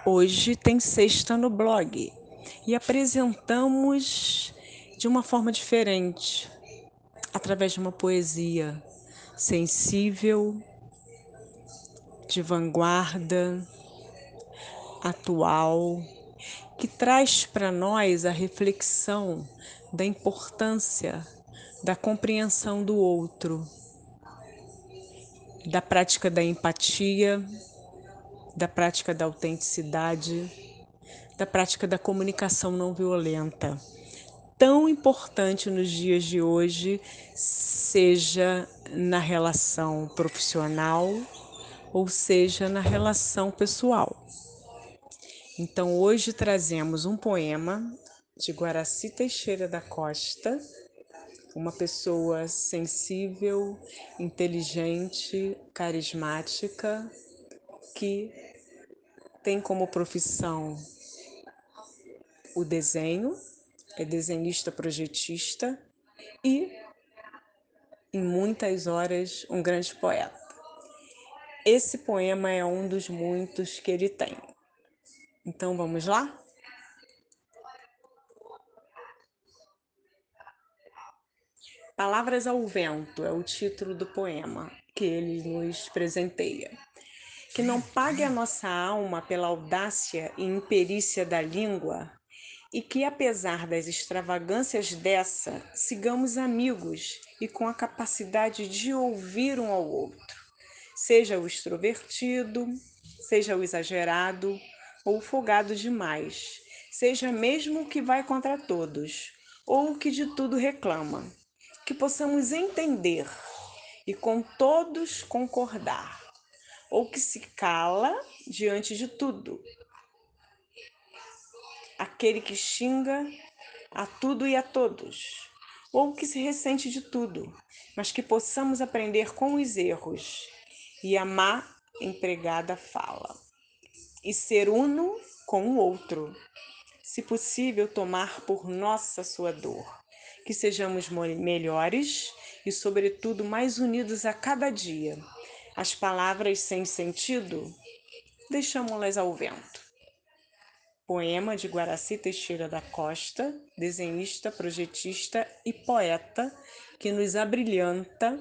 Hoje tem sexta no blog e apresentamos de uma forma diferente, através de uma poesia sensível, de vanguarda, atual, que traz para nós a reflexão da importância da compreensão do outro, da prática da empatia, da prática da autenticidade, da prática da comunicação não violenta. Tão importante nos dias de hoje, seja na relação profissional ou seja na relação pessoal. Então, hoje trazemos um poema de Guaraci Teixeira da Costa, uma pessoa sensível, inteligente, carismática, que tem como profissão o desenho, é desenhista projetista e, em muitas horas, um grande poeta. Esse poema é um dos muitos que ele tem. Então vamos lá? Palavras ao Vento é o título do poema que ele nos presenteia. Que não pague a nossa alma pela audácia e imperícia da língua, e que, apesar das extravagâncias dessa, sigamos amigos e com a capacidade de ouvir um ao outro, seja o extrovertido, seja o exagerado ou o folgado demais, seja mesmo o que vai contra todos, ou o que de tudo reclama, que possamos entender e com todos concordar, ou que se cala diante de tudo, aquele que xinga a tudo e a todos, ou que se ressente de tudo, mas que possamos aprender com os erros e a má empregada fala, e ser uno com o outro, se possível tomar por nossa sua dor, que sejamos melhores e, sobretudo, mais unidos a cada dia. As palavras sem sentido, deixamo-las ao vento. Poema de Guaraci Teixeira da Costa, desenhista, projetista e poeta, que nos abrilhanta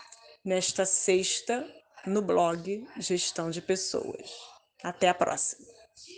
nesta sexta no blog Gestão de Pessoas. Até a próxima!